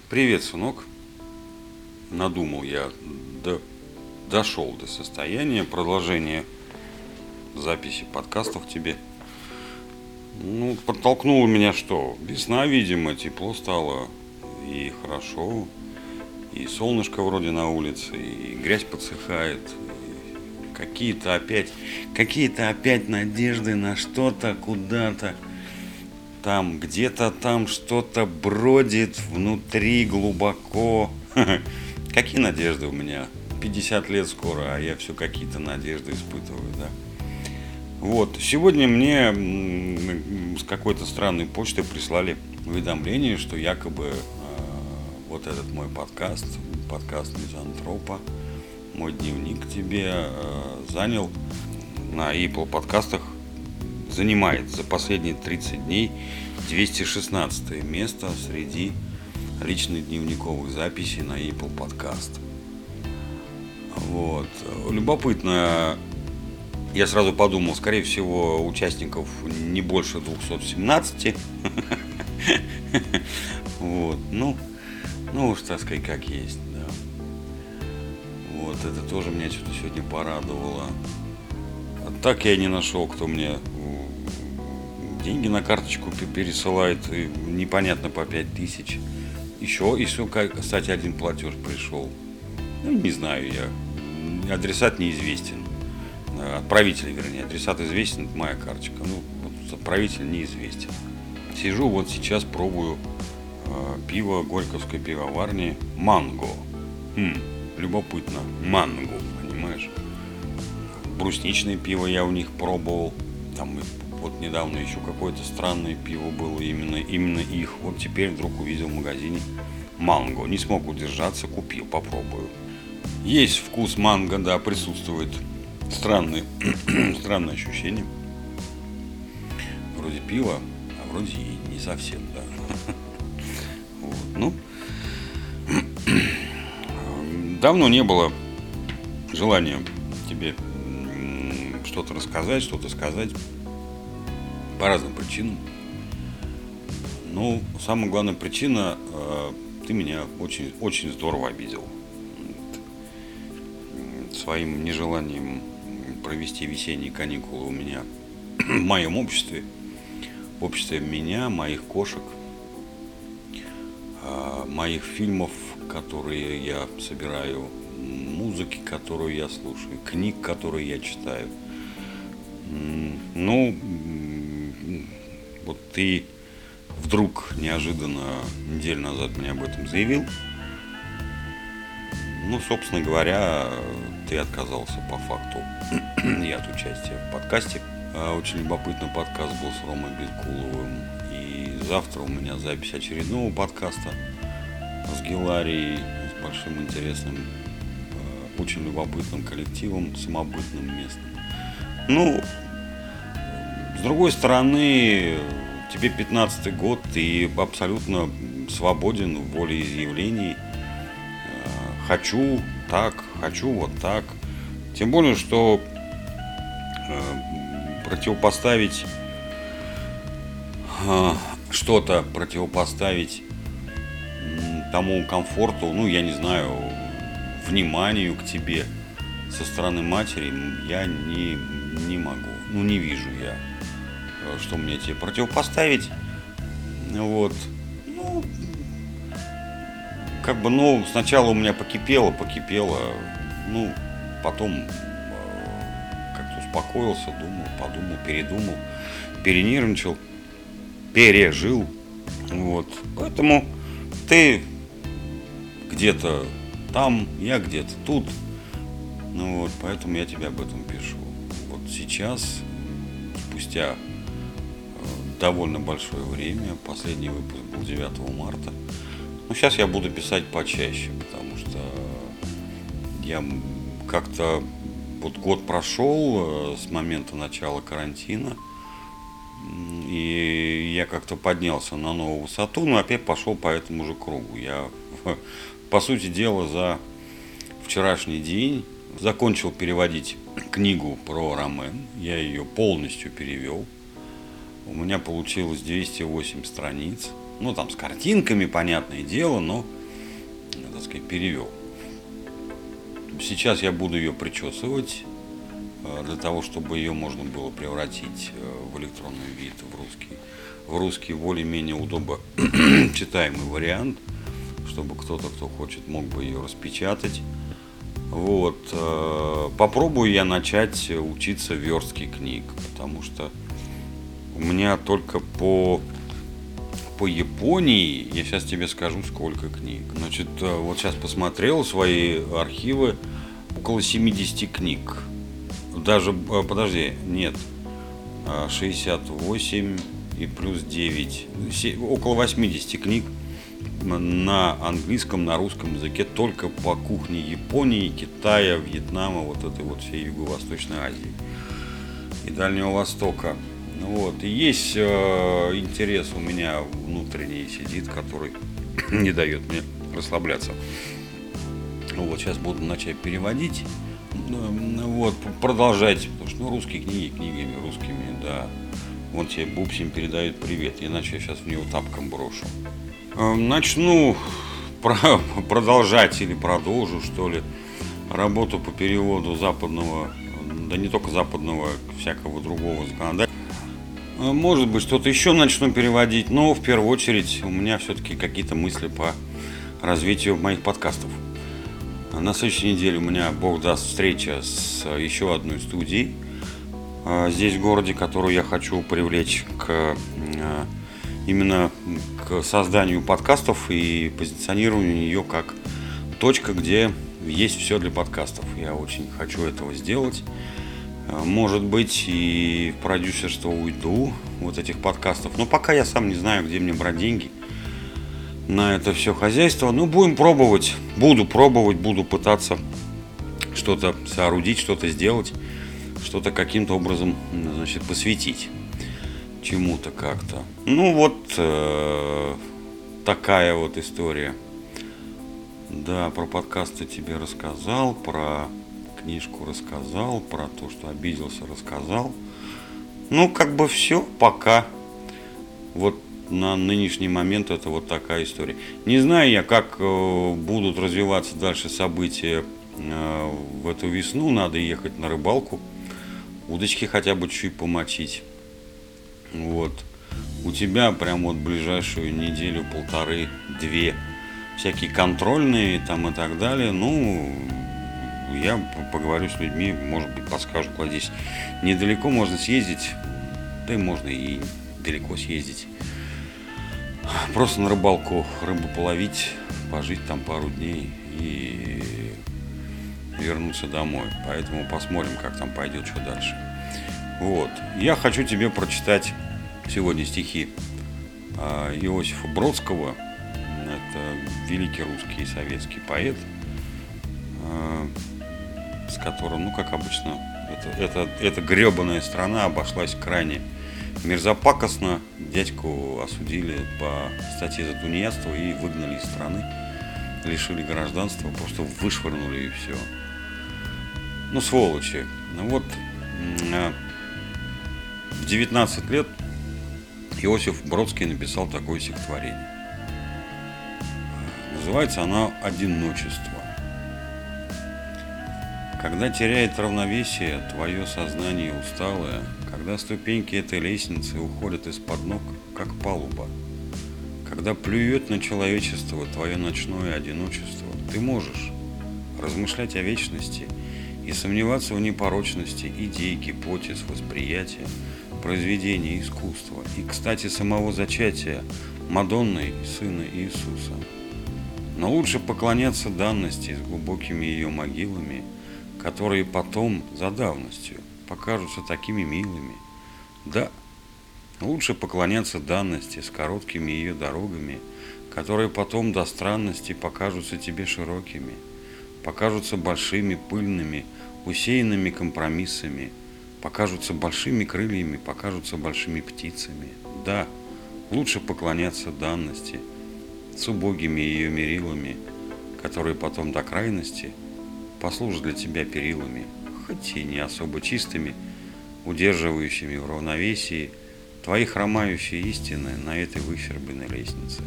Привет, сынок. Надумал я, дошел до состояния продолжения записи подкастов тебе. Подтолкнуло меня что? Весна, видимо, тепло стало, и хорошо, и солнышко вроде на улице, и грязь подсыхает, и какие-то опять надежды на что-то, куда-то. Там где-то там что-то бродит внутри глубоко. Какие надежды у меня? 50 лет скоро, а я все какие-то надежды испытываю, да. Вот, сегодня мне с какой-то странной почты прислали уведомление, что якобы вот этот мой подкаст Мизантропа, мой дневник тебе занял на Apple подкастах, занимает за последние 30 дней 216 место среди личных дневниковых записей на Apple Podcast. Вот. Любопытно. Я сразу подумал, скорее всего, участников не больше 217. Вот. Ну уж, так сказать, как есть, да. Вот, это тоже меня что-то сегодня порадовало. А так я и не нашел, кто мне деньги на карточку пересылает, непонятно, по 5000. Еще, кстати, один платеж пришел. Не знаю я. Адресат неизвестен. Отправитель, вернее. Адресат известен, это моя карточка. Отправитель неизвестен. Сижу вот сейчас, пробую пиво Горьковской пивоварни «Манго». Любопытно. «Манго», понимаешь? Брусничное пиво я у них пробовал. Там вот недавно еще какое-то странное пиво было, именно их. Вот теперь вдруг увидел в магазине «Манго». Не смог удержаться, купил, попробую. Есть вкус манго, да, присутствует. Странное ощущение. Вроде пива, а вроде и не совсем, да. Вот, давно не было желания тебе что-то рассказать, что-то сказать. По разным причинам. Самая главная причина, ты меня очень, очень здорово обидел. Своим нежеланием провести весенние каникулы у меня в моем обществе, в обществе меня, моих кошек, моих фильмов, которые я собираю, музыки, которую я слушаю, книг, которые я читаю. Вот ты вдруг неожиданно неделю назад мне об этом заявил. Собственно говоря, ты отказался по факту и от участия в подкасте. Очень любопытный подкаст был с Ромой Бескуловым. И завтра у меня запись очередного подкаста с Геларией, с большим интересным, очень любопытным коллективом, самобытным местным. С другой стороны, тебе 15-й год, ты абсолютно свободен в волеизъявлении. Хочу так, хочу вот так. Тем более, что что-то противопоставить тому комфорту, я не знаю, вниманию к тебе со стороны матери я не могу. Не вижу я, что мне тебе противопоставить. Вот. Сначала у меня покипело, потом как-то успокоился, подумал, передумал, перенервничал, пережил. Вот. Поэтому ты где-то там, я где-то тут. Поэтому я тебе об этом пишу. Вот сейчас, спустя довольно большое время, последний выпуск был 9 марта. Сейчас я буду писать почаще, потому что я как-то год прошел с момента начала карантина, и я как-то поднялся на новую высоту, но опять пошел по этому же кругу. Я, по сути дела, за вчерашний день закончил переводить книгу про Ромен. Я ее полностью перевел. У меня получилось 208 страниц. Ну, там с картинками, понятное дело, но, так сказать, перевел. Сейчас я буду ее причесывать, для того, чтобы ее можно было превратить в электронный вид, в русский более-менее удобочитаемый вариант, чтобы кто-то, кто хочет, мог бы ее распечатать. Вот. Попробую я начать учиться верстке книг, потому что у меня только по Японии, я сейчас тебе скажу, сколько книг. Значит, вот сейчас посмотрел свои архивы, около 70 книг. Даже, подожди, нет, 68 и плюс 9, около 80 книг на английском, на русском языке только по кухне Японии, Китая, Вьетнама, вот этой вот всей Юго-Восточной Азии и Дальнего Востока. Вот. И есть интерес у меня внутренний сидит, который не дает мне расслабляться. Вот, сейчас буду начать переводить, вот, продолжать, потому что русские книги книгами русскими, да. Вот тебе Бубсин передает привет, иначе я сейчас в него тапком брошу. Начну продолжать или продолжу, что ли, работу по переводу западного, да не только западного, всякого другого законодательства. Может быть, что-то еще начну переводить, но в первую очередь у меня все-таки какие-то мысли по развитию моих подкастов. На следующей неделе у меня, Бог даст, встреча с еще одной студией здесь в городе, которую я хочу привлечь именно к созданию подкастов и позиционированию ее как точка, где есть все для подкастов. Я очень хочу этого сделать. Может быть, и в продюсерство уйду вот этих подкастов. Но пока я сам не знаю, где мне брать деньги на это все хозяйство. Ну, будем пробовать. Буду пробовать, буду пытаться что-то соорудить, что-то сделать, что-то каким-то образом, значит, посвятить чему-то как-то. Ну, вот такая вот история. Да, про подкасты тебе рассказал, про книжку рассказал, про то, что обиделся, рассказал. Ну, как бы все, пока. Вот на нынешний момент это вот такая история. Не знаю я, как будут развиваться дальше события в эту весну. Надо ехать на рыбалку, удочки хотя бы чуть помочить. Вот. У тебя прям вот ближайшую неделю, полторы-две всякие контрольные там и так далее. Ну, я поговорю с людьми, может быть, подскажут, куда здесь недалеко можно съездить. Да и можно и далеко съездить. Просто на рыбалку рыбу половить, пожить там пару дней и вернуться домой. Поэтому посмотрим, как там пойдет, что дальше. Вот. Я хочу тебе прочитать сегодня стихи Иосифа Бродского. Это великий русский и советский поэт, с которым, ну, как обычно, эта гребаная страна обошлась крайне мерзопакостно. Дядьку осудили по статье за тунеядство и выгнали из страны, лишили гражданства, просто вышвырнули и все. Ну, сволочи. Ну, вот в 19 лет Иосиф Бродский написал такое стихотворение. Называется оно «Одиночество». Когда теряет равновесие твое сознание усталое, когда ступеньки этой лестницы уходят из-под ног, как палуба, когда плюет на человечество твое ночное одиночество, ты можешь размышлять о вечности и сомневаться в непорочности идей, гипотез, восприятия, произведений искусства и, кстати, самого зачатия Мадонны, Сына Иисуса. Но лучше поклоняться данности с глубокими ее могилами, которые потом, за давностью, покажутся такими милыми. Да, лучше поклоняться данности с короткими ее дорогами, которые потом до странности покажутся тебе широкими, покажутся большими, пыльными, усеянными компромиссами, покажутся большими крыльями, покажутся большими птицами. Да, лучше поклоняться данности с убогими ее мерилами, которые потом до крайности послужат для тебя перилами, хоть и не особо чистыми, удерживающими в равновесии Твои хромающие истины на этой выщербленной лестнице.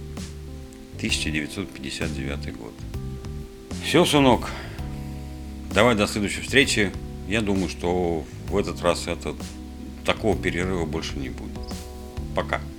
1959 год. Все, сынок, давай до следующей встречи. Я думаю, что в этот раз такого перерыва больше не будет. Пока.